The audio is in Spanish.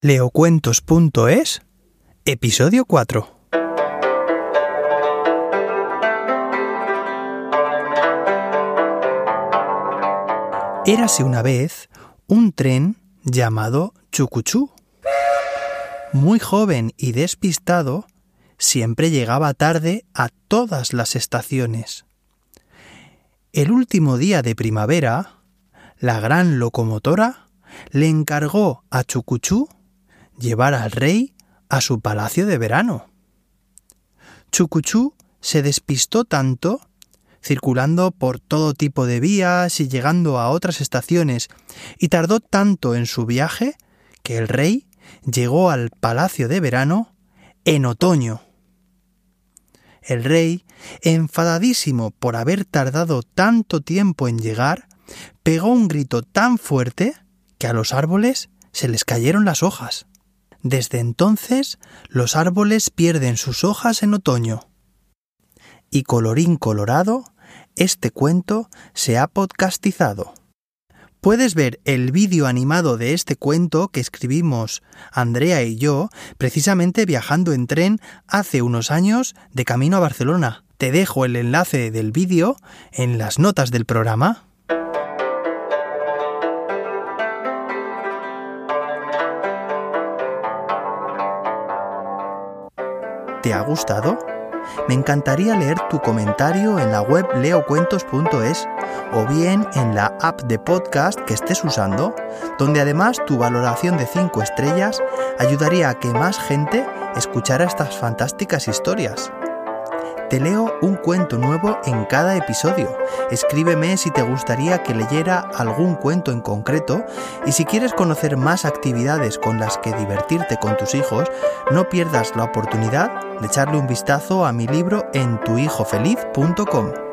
Leocuentos.es, episodio 4. Érase una vez un tren llamado Chucuchú. Muy joven y despistado, siempre llegaba tarde a todas las estaciones. El último día de primavera, la gran locomotora le encargó a Chucuchú llevar al rey a su palacio de verano. Chucuchú se despistó tanto, circulando por todo tipo de vías y llegando a otras estaciones, y tardó tanto en su viaje que el rey llegó al palacio de verano en otoño. El rey, enfadadísimo por haber tardado tanto tiempo en llegar, pegó un grito tan fuerte que a los árboles se les cayeron las hojas. Desde entonces, los árboles pierden sus hojas en otoño. Y colorín colorado, este cuento se ha podcastizado. Puedes ver el vídeo animado de este cuento que escribimos Andrea y yo, precisamente viajando en tren hace unos años de camino a Barcelona. Te dejo el enlace del vídeo en las notas del programa. ¿Te ha gustado? Me encantaría leer tu comentario en la web leocuentos.es o bien en la app de podcast que estés usando, donde además tu valoración de 5 estrellas ayudaría a que más gente escuchara estas fantásticas historias. Te leo un cuento nuevo en cada episodio. Escríbeme si te gustaría que leyera algún cuento en concreto y si quieres conocer más actividades con las que divertirte con tus hijos, no pierdas la oportunidad de echarle un vistazo a mi libro en tuhijofeliz.com.